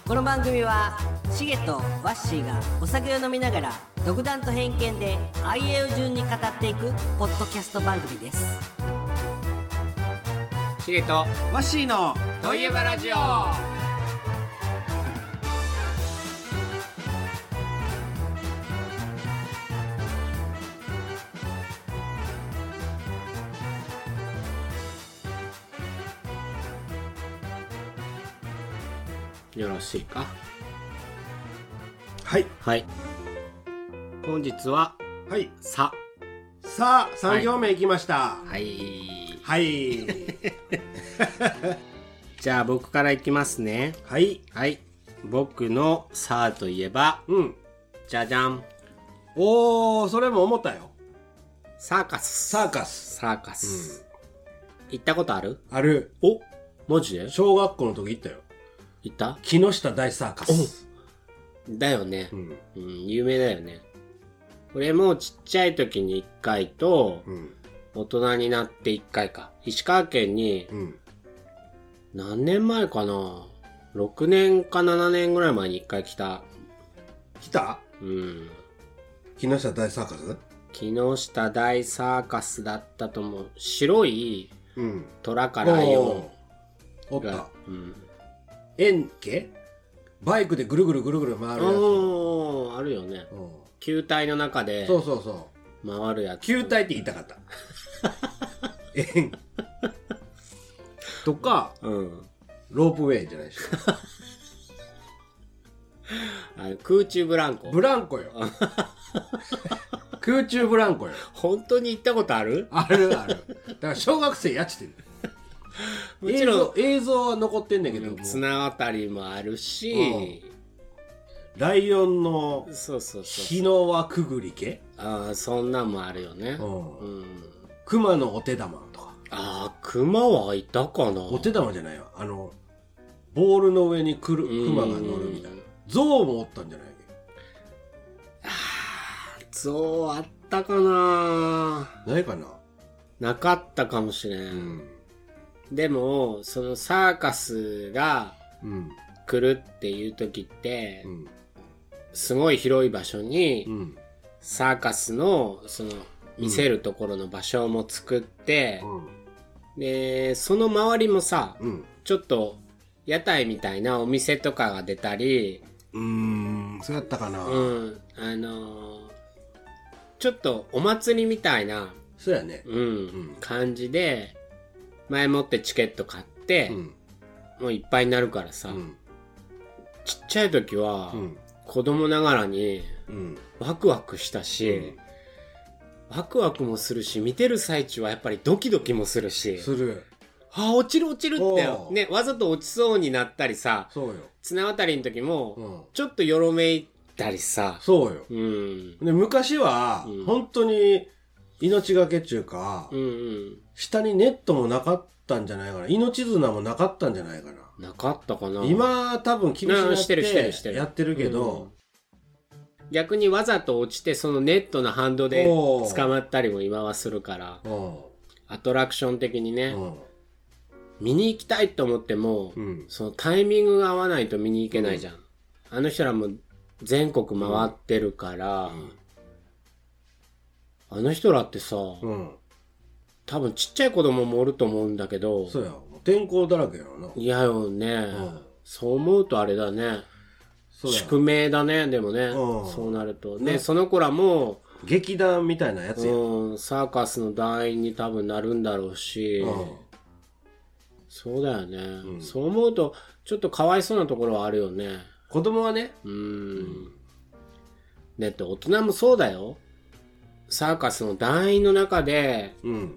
この番組はシゲとワッシーがお酒を飲みながら独断と偏見であいうえお順に語っていくポッドキャスト番組です。 シゲとワッシーのといえばラジオ。よろしいか。 はいはい。本日ははいささあ3行目いきましたはいはいじゃあ僕からいきますね。 はいはい。僕のさといえばうんじゃじゃん、 おーそれも思ったよ。 サーカス。 サーカスサーカス、行ったことある？ ある。 お、マジで？ 小学校の時行ったよ。 行った？ 木下大サーカス。 だよね、 うん有名だよね。俺もちっちゃい時に1回と、大人になって1回か。石川県に、何年前かな ?6 年か7年ぐらい前に1回来た。 来た？木下大サーカス？ 木下大サーカスだったと思う。白い虎からライオンおった。 が、 円形？バイクでぐるぐるぐるぐる回るやつ。 あるよね。球体の中でそうそうそう。 回るやつ。 球体って言いたかった。円とか、ロープウェイじゃないでしょ。 空中ブランコ。 ブランコよ。空中ブランコよ。 本当に行ったことある？ あるある。だから小学生やってる。 もちろん映像は残ってんだけども、 綱渡りもあるし、 ライオンのそう日の輪くぐり系、 そんなんもあるよね。 熊のお手玉とか。 熊はいたかな？ お手玉じゃないわ。ボールの上に熊が乗るみたいな。象もおったんじゃないっけ？ 象あったかな？ ないかな？ なかったかもしれん。でもそのサーカスが来るっていう時って、すごい広い場所に、サーカスのその見せるところの場所も作って、でその周りもさ、ちょっと屋台みたいなお店とかが出たり、 そうやったかな？ ちょっとお祭りみたいな、 そうやね。 感じで前もってチケット買って、もういっぱいになるからさ、ちっちゃい時は、子供ながらにワクワクしたし、ワクワクもするし、見てる最中はやっぱりドキドキもするし、 する。 落ちるってね、わざと落ちそうになったりさ、 そうよ。 綱渡りの時も、ちょっとよろめいたりさ、 そうよ。で昔は、本当に命がけっちゅうか、下にネットもなかったんじゃないかな。命綱もなかったんじゃないかな。 なかったかな。 今多分厳しくなってやってるけど、 逆にわざと落ちてそのネットのハンドで捕まったりも今はするから、アトラクション的にね、見に行きたいと思っても、そのタイミングが合わないと見に行けないじゃん。あの人らも全国回ってるから、あの人らってさ、多分ちっちゃい子供もおると思うんだけど、 そうや、天候だらけやろな。 いやよね、そう思うとあれだね。宿命だね、でもね、そうなると。で、その子らも、 劇団みたいなやつや。 サーカスの団員に多分なるんだろうし、そうだよね、そう思うと、ちょっとかわいそうなところはあるよね。 子供はね。 だって大人もそうだよ。サーカスの団員の中で、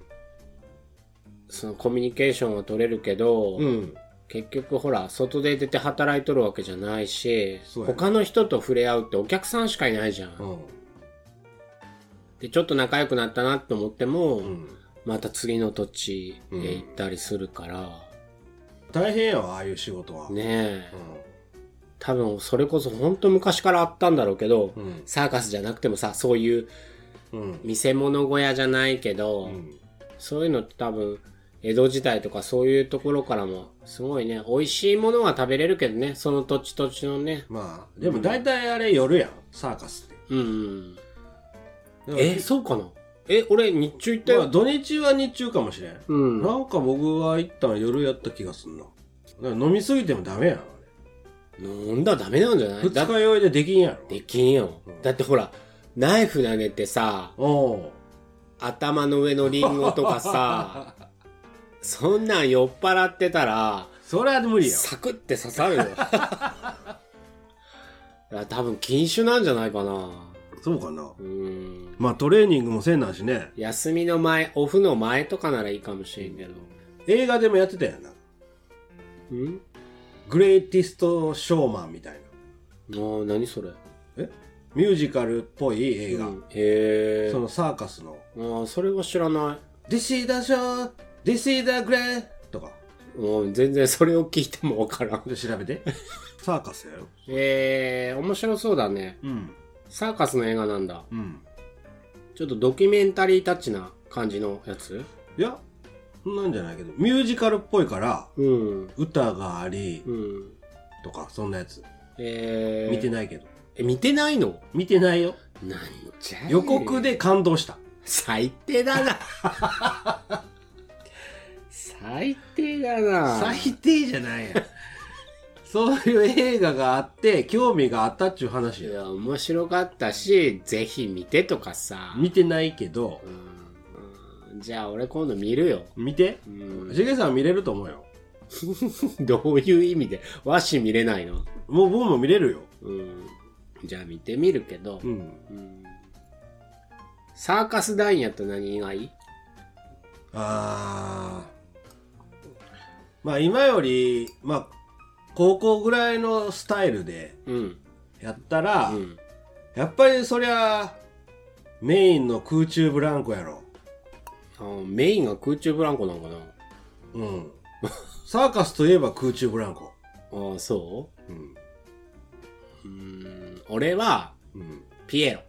そのコミュニケーションは取れるけど、結局ほら外で出て働いとるわけじゃないし、他の人と触れ合うってお客さんしかいないじゃん。でちょっと仲良くなったなって思っても、また次の土地へ行ったりするから、 大変やわ、ああいう仕事はねえ、多分それこそ本当昔からあったんだろうけど、サーカスじゃなくてもさ、そういう見せ物小屋じゃないけど、そういうのって多分江戸時代とかそういうところからも、すごいね、美味しいものは食べれるけどね、その土地土地のね。 まあ、でも大体あれ夜やん、サーカスって。 うんうん。そうかな？俺日中行ったよ。 まあ、土日は日中かもしれん。 うん。 なんか僕は行ったの夜やった気がすんな。だから飲みすぎてもダメやん、あれ。飲んだらダメなんじゃない？ 二日酔いでできんやろ。 できんよ。だってほら、ナイフ投げてさ、頭の上のリンゴとかさ、そんなん酔っ払ってたら、 それは無理よ。 サクって刺さるよ。いや多分禁酒なんじゃないかな。 そうかな。まあトレーニングもせんなんしね。 休みの前、オフの前とかならいいかもしれんけど。 映画でもやってたやんな。グレイティストショーマンみたいな。何それ？ ミュージカルっぽい映画。 へー。 そのサーカスの。 それは知らない。 This is the show, this is the great とか。 全然それを聞いてもわからん。 で調べて。サーカスやよ。面白そうだね。 うん。 サーカスの映画なんだ。 うん。 ちょっとドキュメンタリータッチな感じのやつ？ いや、そんなんじゃないけど、ミュージカルっぽいから、歌があり、とか、そんなやつ。見てないけど。 見てないの？ 見てないよ。 なんじゃ予告で感動した。 最低だな。最低だな。 最低じゃないや。そういう映画があって、興味があったっちゅう話や。いや、面白かったし、ぜひ見てとかさ。 見てないけど。 じゃあ俺今度見るよ。 見て。しげさん見れると思うよ。 どういう意味で？わし見れないの？ もう僕も見れるよ。 じゃあ見てみるけど。サーカス団やったら何がいい？ まあ今より、まあ、高校ぐらいのスタイルでやったら、やっぱりそりゃメインの空中ブランコやろ。 メインが空中ブランコなんかな。 サーカスといえば空中ブランコ。 そう？俺は、ピエロ。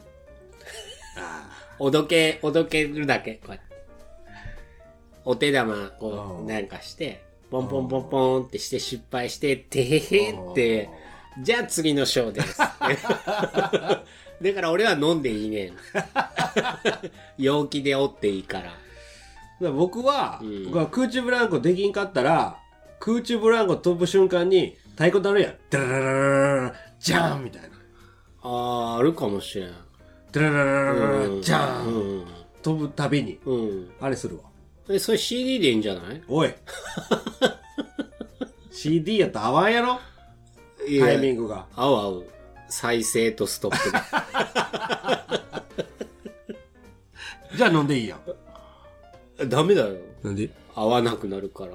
おどけるだけ。こうやってお手玉をなんかして、ポンポンポンポンってして失敗して、てへへって、じゃあ次のショーです。だから俺は飲んでいいねん。陽気でおっていいから。 僕は空中ブランコできんかったら、空中ブランコ飛ぶ瞬間に太鼓鳴るやん。ダララララジャーンみたいな。 あるかもしれん。 ダララララジャーン飛ぶたびに。あれするわ。 それ CD でいいんじゃない？ おい。CD やったら合わんやろ？タイミングが。 合う。再生とストップが。 じゃあ飲んでいいやん。ダメだよ。 なんで？ 合わなくなるから。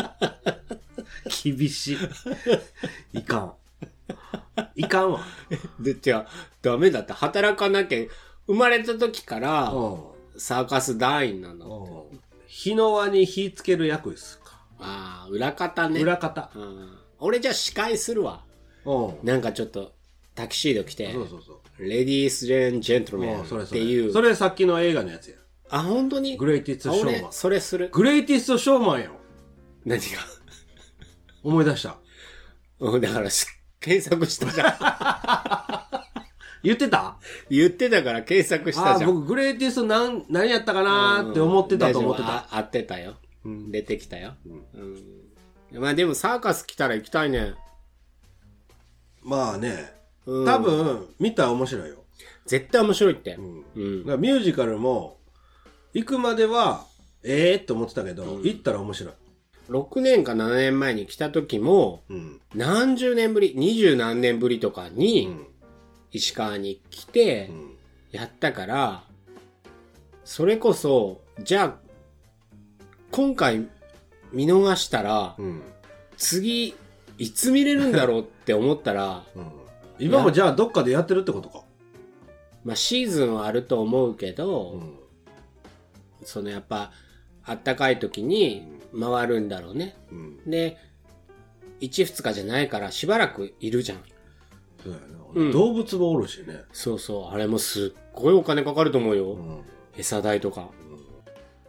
厳しい。いかん。いかんわ。 で、じゃあ、ダメだって。働かなきゃ、生まれた時から、サーカス団員なんだって。 日の輪に火つける役ですか。 裏方ね。 裏方。 俺じゃあ司会するわ。なんかちょっと、タキシード着て。 そう。 レディース・ジェントルメンっていう。 それさっきの映画のやつや。 本当に？ グレイティスト・ショーマン。 それする。 グレイティスト・ショーマンよ。 何が？ 思い出した。 だから、検索したじゃん。 言ってたから検索したじゃん。 僕グレイティスト何やったかなーって思ってたと思ってた。 合ってたよ。出てきたよ。まあでもサーカス来たら行きたいね。 まあね。多分、見たら面白いよ。 絶対面白いって。 だからミュージカルも、行くまでは、って思ってたけど、行ったら面白い。 6年か7年前に来た時も、何十年ぶり、20何年ぶりとかに、石川に来て、やったから、それこそ、じゃあ、今回見逃したら、次、いつ見れるんだろうって思ったら、 今もじゃあどっかでやってるってことか。 まあシーズンはあると思うけど、そのやっぱ、あったかい時に回るんだろうね。で、1、2日じゃないからしばらくいるじゃん。 そうやな。動物もおるしね。 そう。あれもすっごいお金かかると思うよ。餌代とか。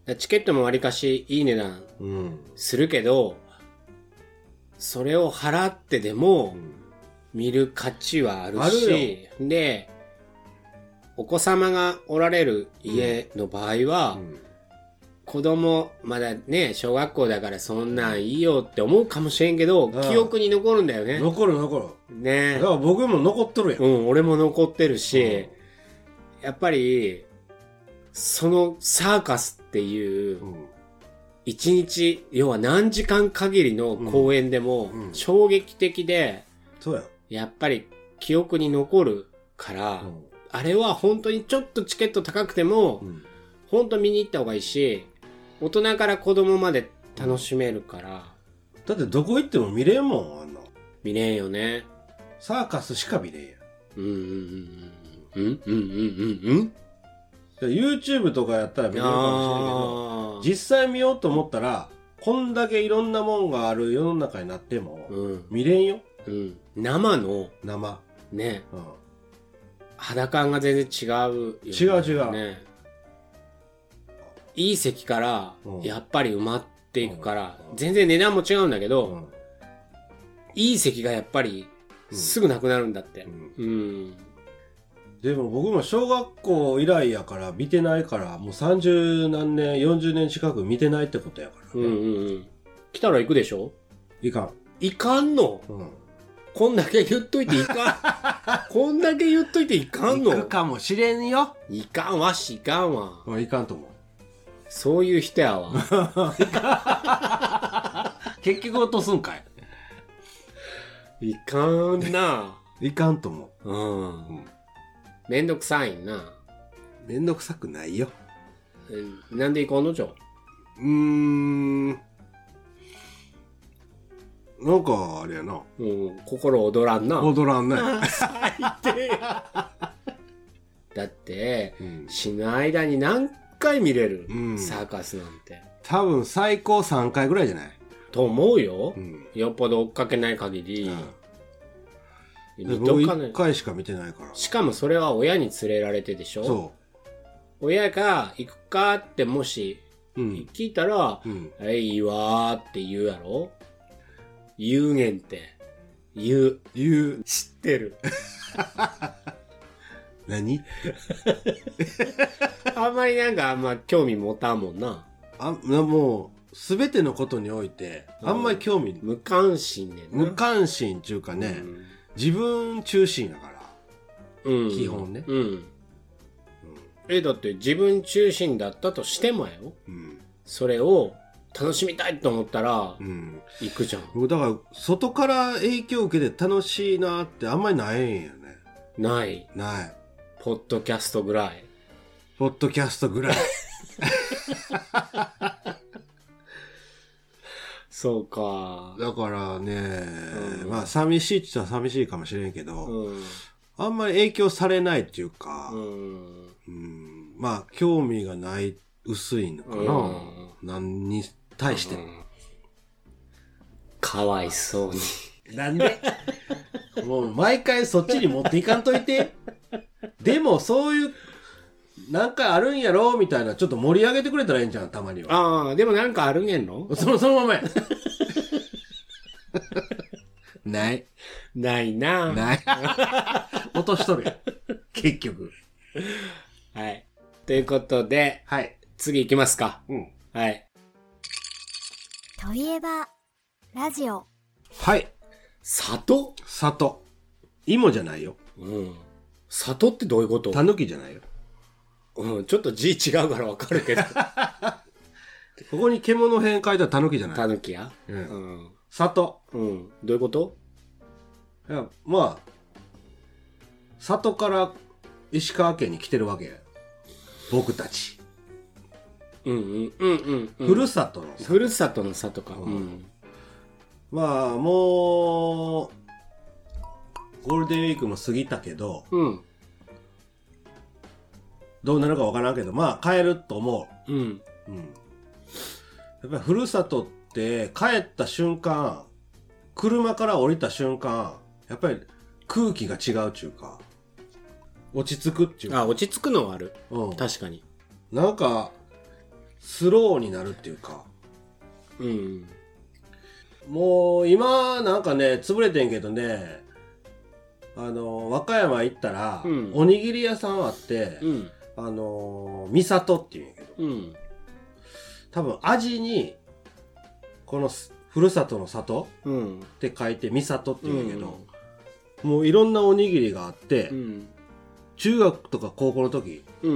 チケットもわりかしいい値段するけど、それを払ってでも見る価値はあるし、で、お子様がおられる家の場合は、子供まだね、小学校だからそんなんいいよって思うかもしれんけど、記憶に残るんだよね。 残る。 ね。 だから僕も残っとるやん。 俺も残ってるし、やっぱり、そのサーカスっていう、一日、要は何時間限りの公演でも、衝撃的で、やっぱり記憶に残るから、あれは本当にちょっとチケット高くても、本当見に行った方がいいし、大人から子供まで楽しめるから。 だってどこ行っても見れんもん、あんな。 見れんよね。 サーカスしか見れんやん。YouTube とかやったら見れるかもしれんけど、実際見ようと思ったら、こんだけいろんなもんがある世の中になっても、見れんよ。 生の。ね。肌感が全然違うよね。 違う。 ね。いい席から、やっぱり埋まっていくから、全然値段も違うんだけど、いい席がやっぱり、すぐなくなるんだって。 でも僕も小学校以来やから見てないから、もう30何年、40年近く見てないってことやからね。 来たら行くでしょ？ いかん。 いかんの？こんだけ言っといていかん。こんだけ言っといていかんの？ 行くかもしれんよ。 いかんわし、いかんわ。 いかんと思う。 そういう人やわ。 結局落とすんかい。 いかんな。 いかんと思う。めんどくさいな。 めんどくさくないよ。 なんで行こうのじゃ。 なんかあれやな。 心躍らんな。 踊らんね。 最低や。だって、死ぬ間に何回見れる、サーカスなんて。 多分最高3回ぐらいじゃないと思うよ。よっぽど追っかけない限り。 見とかない。1回しか見てないから。 しかもそれは親に連れられてでしょ？そう。親が行くかってもし、聞いたら、いいわーって言うやろ？言うねんって。言う。知ってる。 何あんまりあんま興味持たんもんな。 もう、すべてのことにおいて、あんまり興味、 無関心ねんな。無関心っていうかね、自分中心だから。基本ね。 だって自分中心だったとしてもよ。それを楽しみたいと思ったら、行くじゃん。 だから、外から影響を受けて楽しいなってあんまりないんよね。 ない。ポッドキャストぐらい。そうか。 だからね、まあ寂しいって言ったら寂しいかもしれんけど、あんまり影響されないっていうか、まあ興味がない、薄いのかな。何に対しても。 かわいそうに。 なんでもう毎回そっちに持っていかんといて。でもそういう、なんかあるんやろみたいな、ちょっと盛り上げてくれたらいいんじゃん、たまには。 ああ、でもなんかあるんやんの？ そのままや。ない。 ないな。 ない。落としとるやん。結局。 はい。ということで、 はい。 次行きますか。はい。 といえば、ラジオ。 はい。 里。 芋じゃないよ。 里ってどういうこと？ たぬきじゃないよ。 ちょっと字違うからわかるけど。 ここに獣編書いたらたぬきじゃない。 たぬきや？ 里。 どういうこと？ いや、まあ、里から石川県に来てるわけや。僕たち。ふるさとの里。 ふるさとの里か。 まあ、もう、ゴールデンウィークも過ぎたけど、どうなるかわからんけど、まあ帰ると思う。やっぱりふるさとって帰った瞬間、車から降りた瞬間、やっぱり空気が違うっていうか、落ち着くっていうか。 落ち着くのはある。確かに。 なんか、 スローになるっていうか。 うん。 もう今なんかね、潰れてんけどね、和歌山行ったら、うん、おにぎり屋さんあって、うん、三里っていうんやけど、うん、多分味に、このふるさとの里、うん、って書いて三里って言うんやけど、うん、もういろんなおにぎりがあって、うん、中学とか高校の時、うん、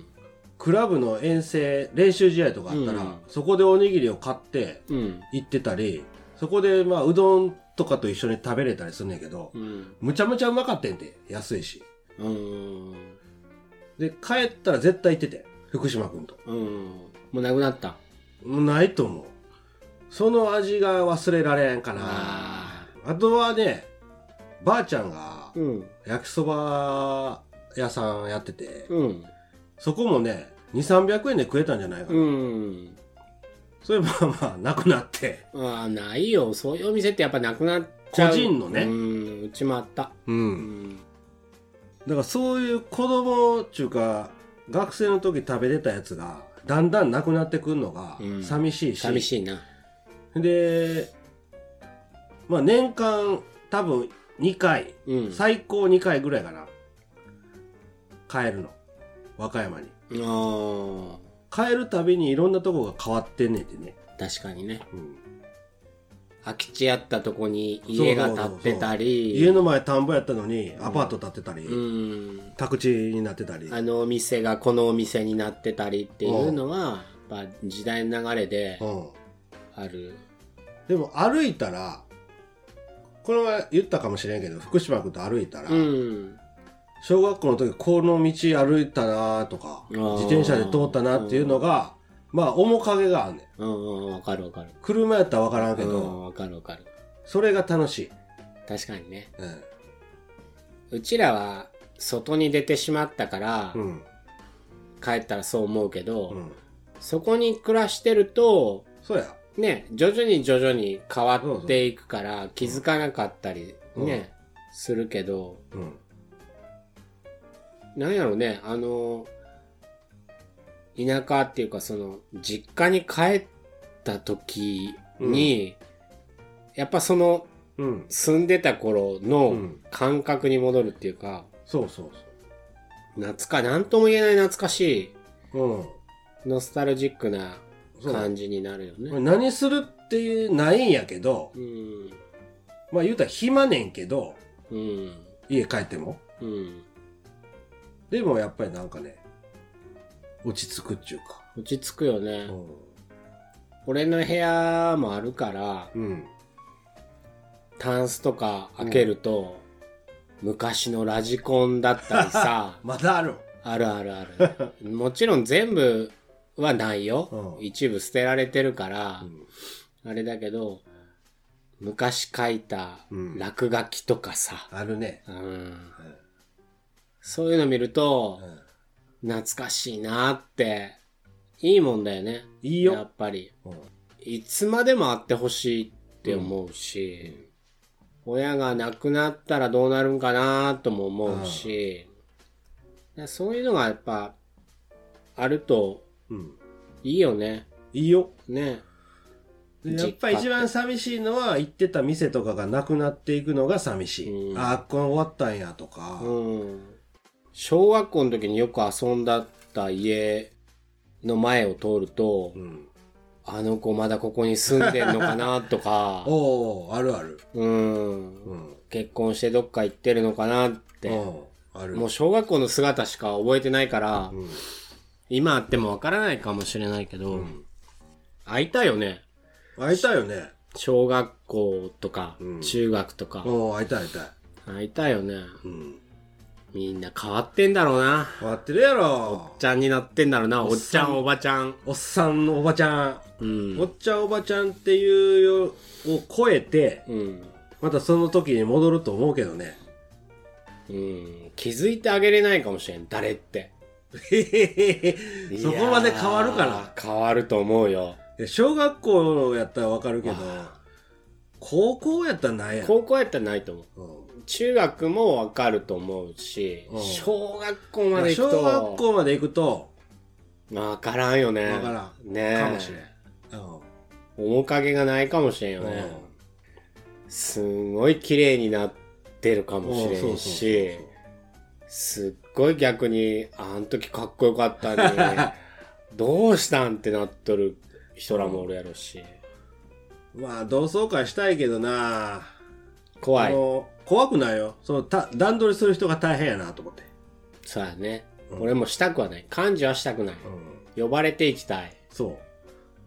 クラブの遠征、練習試合とかあったら、うん、そこでおにぎりを買って行ってたり、そこでまあうどんとかと一緒に食べれたりするんやけど、うん、むちゃむちゃうまかったんて、安いし。で、帰ったら絶対行ってて、福島くんと。 もうなくなった？ もうないと思う。その味が忘れられんかな。あとはね、ばあちゃんが焼きそば屋さんやってて、うん、そこもね、2、300円で食えたんじゃないかな。そういえばまあ、なくなって。 ないよ。そういうお店ってやっぱなくなっちゃう。 個人のね。 うちもあった。 だからそういう子供っていうか、学生の時食べてたやつが、だんだんなくなってくるのが寂しいし。 寂しいな。 で、まあ年間多分2回、最高2回ぐらいかな。帰るの。和歌山に。帰るたびにいろんなとこが変わってんねんてね。 確かにね。空き地やったとこに家が建ってたり。 家の前田んぼやったのにアパート建ってたり、宅地になってたり。 あのお店がこのお店になってたりっていうのは、やっぱ時代の流れである。 でも歩いたら、この前言ったかもしれんけど、福島君と歩いたら、小学校の時この道歩いたなとか、自転車で通ったなっていうのが、まあ面影があんねん。わかるわかる。 車やったらわからんけど、 わかるわかる。 それが楽しい。 確かにね。うちらは外に出てしまったから、帰ったらそう思うけど、そこに暮らしてると、 そうや。 ね、徐々に変わっていくから気づかなかったりね、するけど、なんやろね、田舎っていうかその、実家に帰った時に、やっぱその、住んでた頃の感覚に戻るっていうか、なんとも言えない懐かしい、ノスタルジックな感じになるよね。 何するっていうないんやけど、まあ言うたら暇ねんけど、家帰っても、でもやっぱりなんかね、落ち着くっちゅうか。 落ち着くよね。俺の部屋もあるから、タンスとか開けると、昔のラジコンだったりさ。 まだある。 ある。もちろん全部はないよ。一部捨てられてるから、あれだけど、昔書いた落書きとかさ。 あるね。 そういうの見ると、懐かしいなって、いいもんだよね。 いいよ。 やっぱり。いつまでもあってほしいって思うし、親が亡くなったらどうなるんかなとも思うし、そういうのがやっぱ、あると、いいよね。 いいよ。 ね。 やっぱり一番寂しいのは、行ってた店とかがなくなっていくのが寂しい。これ終わったんやとか。 小学校の時によく遊んだった家の前を通ると、あの子まだここに住んでんのかなとか。 あるある。 結婚してどっか行ってるのかなって。 ある。 もう小学校の姿しか覚えてないから、今あってもわからないかもしれないけど、会いたいよね。 会いたいよね。 小学校とか、中学とか。 会いたい。 会いたいよね。みんな変わってんだろうな。 変わってるやろ。 おっちゃんになってんだろうな。おっちゃんおばちゃん。 おっさんおばちゃん。おっちゃんおばちゃんっていうを超えて、またその時に戻ると思うけどね。 気づいてあげれないかもしれん。誰って。 そこまで変わるかな。 変わると思うよ。 小学校やったらわかるけど、高校やったらないやん。 高校やったらないと思う。中学もわかると思うし、小学校まで行くと。 小学校まで行くと、 わからんよね。 わからん。 ねえ。 かもしれん。 面影がないかもしれんよね。すごい綺麗になってるかもしれんし、すっごい逆に、あん時かっこよかったのに、どうしたんってなっとる人らもおるやろし。 まあ、同窓会したいけどな。 怖い。 怖くないよ。段取りする人が大変やなと思って。 そうやね。俺もしたくはない。幹事はしたくない。呼ばれていきたい。 そう。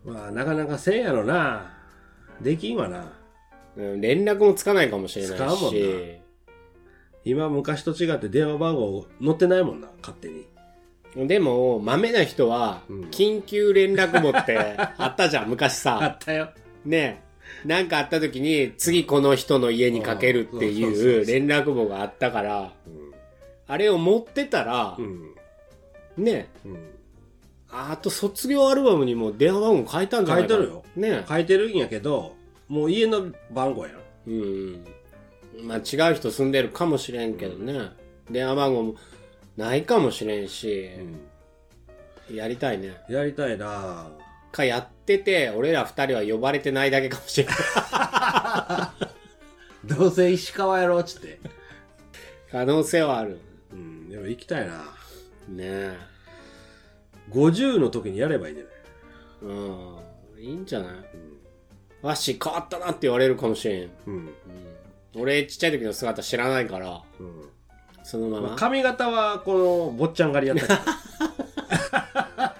まあ、なかなかせんやろな。できんわな。 連絡もつかないかもしれないし。 使うもんな。今昔と違って電話番号載ってないもんな、勝手に。 でも、豆な人は、緊急連絡簿ってあったじゃん、昔さ。 あったよ。 ねえ。なんかあった時に、次この人の家にかけるっていう連絡簿があったから、あれを持ってたら、ねえ。あと卒業アルバムにも電話番号書いたんじゃないかな。 書いてるよ。 ねえ。 書いてるんやけど、もう家の番号やろ。 まあ違う人住んでるかもしれんけどね。電話番号もないかもしれんし、やりたいね。 やりたいなかやってて、俺ら二人は呼ばれてないだけかもしれん。 どうせ石川やろっつって。 可能性はある。 でも行きたいな。 ねえ。 50の時にやればいいんじゃない？ いいんじゃない？わし変わったなって言われるかもしれん。俺ちっちゃい時の姿知らないから、そのまま。 髪型はこの坊ちゃん狩りやったけど。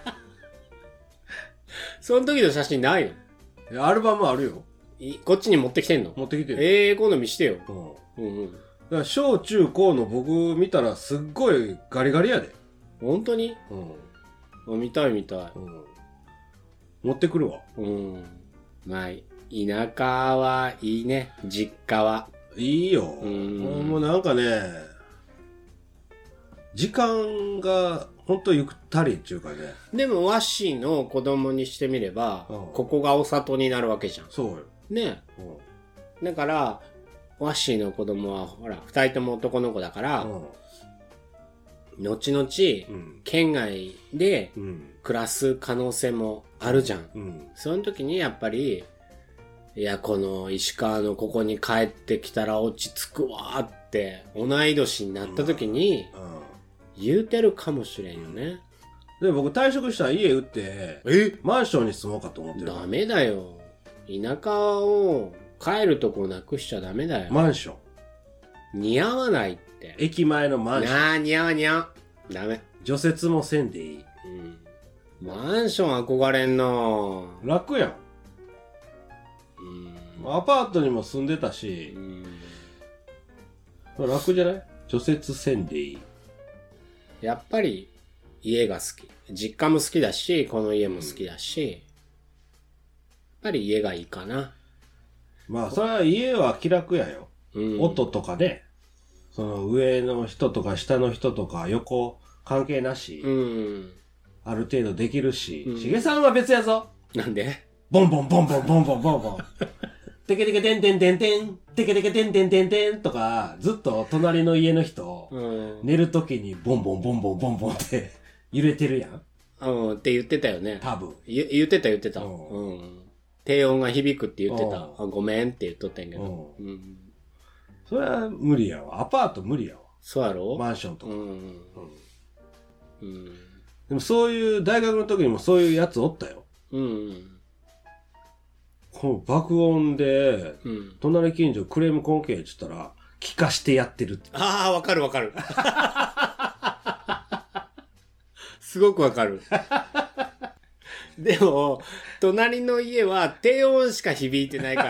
その時の写真ないの？アルバムあるよ。 こっちに持ってきてんの？ 持ってきてる。 今度見してよ。 だから小中高の僕見たらすっごいガリガリやで。 本当に？見たい見たい。 持ってくるわ。 まあ、田舎はいいね。実家は。 いいよ。もうなんかね、時間がほんとゆったりっていうかね。 でも、ワッシーの子供にしてみれば、ここがお里になるわけじゃん。 そうよ。 ね。だから、ワッシーの子供は、ほら、二人とも男の子だから、後々、県外で暮らす可能性もあるじゃん。その時にやっぱり、いや、この石川のここに帰ってきたら落ち着くわーって、同い年になった時に、言うてるかもしれんよね。 で、僕退職したら家売って、マンションに住もうかと思ってる。 ダメだよ。田舎を帰るとこなくしちゃダメだよ。 マンション。 似合わないって。 駅前のマンション。 似合わ。ダメ。 除雪もせんでいい。 マンション憧れんの。 楽やん。アパートにも住んでたし、楽じゃない？除雪せんでいい。 やっぱり家が好き。実家も好きだし、この家も好きだし、やっぱり家がいいかな。 まあ、それは家は気楽やよ。音とかね、その上の人とか下の人とか横関係なし、ある程度できるし、しげさんは別やぞ。 なんで？ ボンボンボンボンボンボンボンボン。テケテケテンテンテンテン、テケテケテンテンテンテンとか、ずっと隣の家の人、寝るときにボンボンボンボンボンボンって揺れてるやん。 って言ってたよね。 多分。 言ってた。低音が響くって言ってた。ごめんって言っとったんやけど。 それは無理やわ。アパート無理やわ。 そうやろ？ マンションとか。でもそういう大学の時にもそういうやつおったよ。この爆音で、隣近所クレーム根拠って言ったら、聞かしてやってるって。 ああ、わかる。すごくわかる。でも、隣の家は低音しか響いてないから、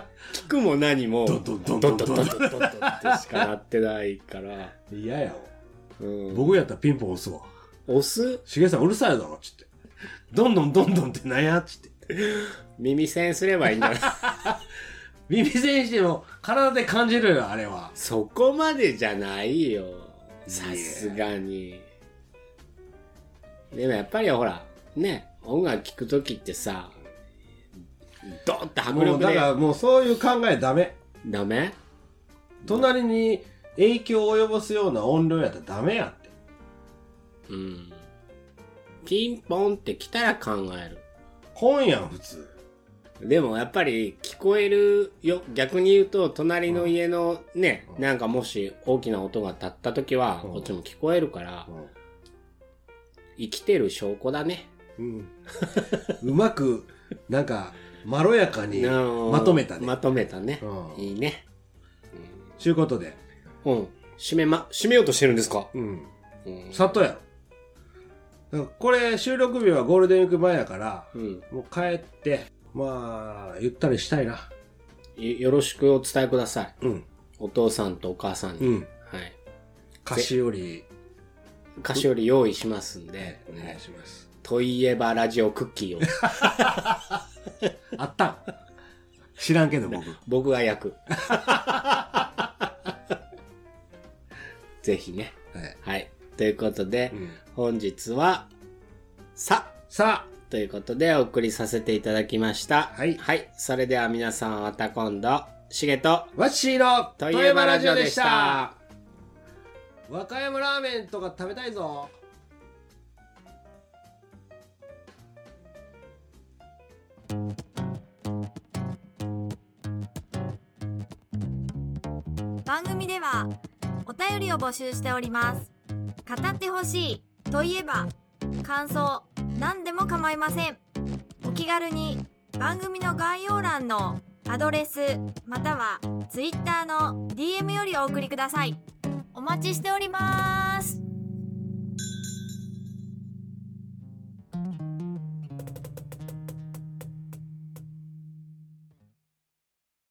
聞くも何も、ドンドンドンドンドンドンってしかなってないから。 嫌やわ。僕やったらピンポン押すわ。 押す？ しげさんうるさいだろ、つって。どんどんってなんやつって。 耳栓すればいいんだな。 耳栓しても体で感じるよ、あれは。 そこまでじゃないよ。さすがに。でもやっぱりほら、ね、音楽聴くときってさ、ドーンって迫力で。 だからもうそういう考えダメ。 ダメ？ 隣に影響を及ぼすような音量やったらダメやって。 ピンポンって来たら考える。 本やん、普通。 でもやっぱり聞こえるよ。逆に言うと、隣の家のね、なんかもし大きな音が立った時は、こっちも聞こえるから、生きてる証拠だね。 うまく、なんか、まろやかにまとめたね。 まとめたね。いいね。 ちゅうことで。 締めようとしてるんですか？ さっとやろ。これ、収録日はゴールデンウィーク前やから、もう帰って、まあ、ゆったりしたいな。 よろしくお伝えください。お父さんとお母さんに。はい。 菓子折り用意しますんで。 お願いします。 といえばラジオクッキーを。 あったん知らんけど僕が焼く。ぜひね。はい。ということで、本日は、さということでお送りさせていただきました。はい。それでは皆さんまた今度、しげとわっしーのといえばラジオでした。 和歌山ラーメンとか食べたいぞ。 番組ではお便りを募集しております。語ってほしいといえば感想何でも構いません。お気軽に番組の概要欄のアドレスまたは Twitter の DM よりお送りください。お待ちしております。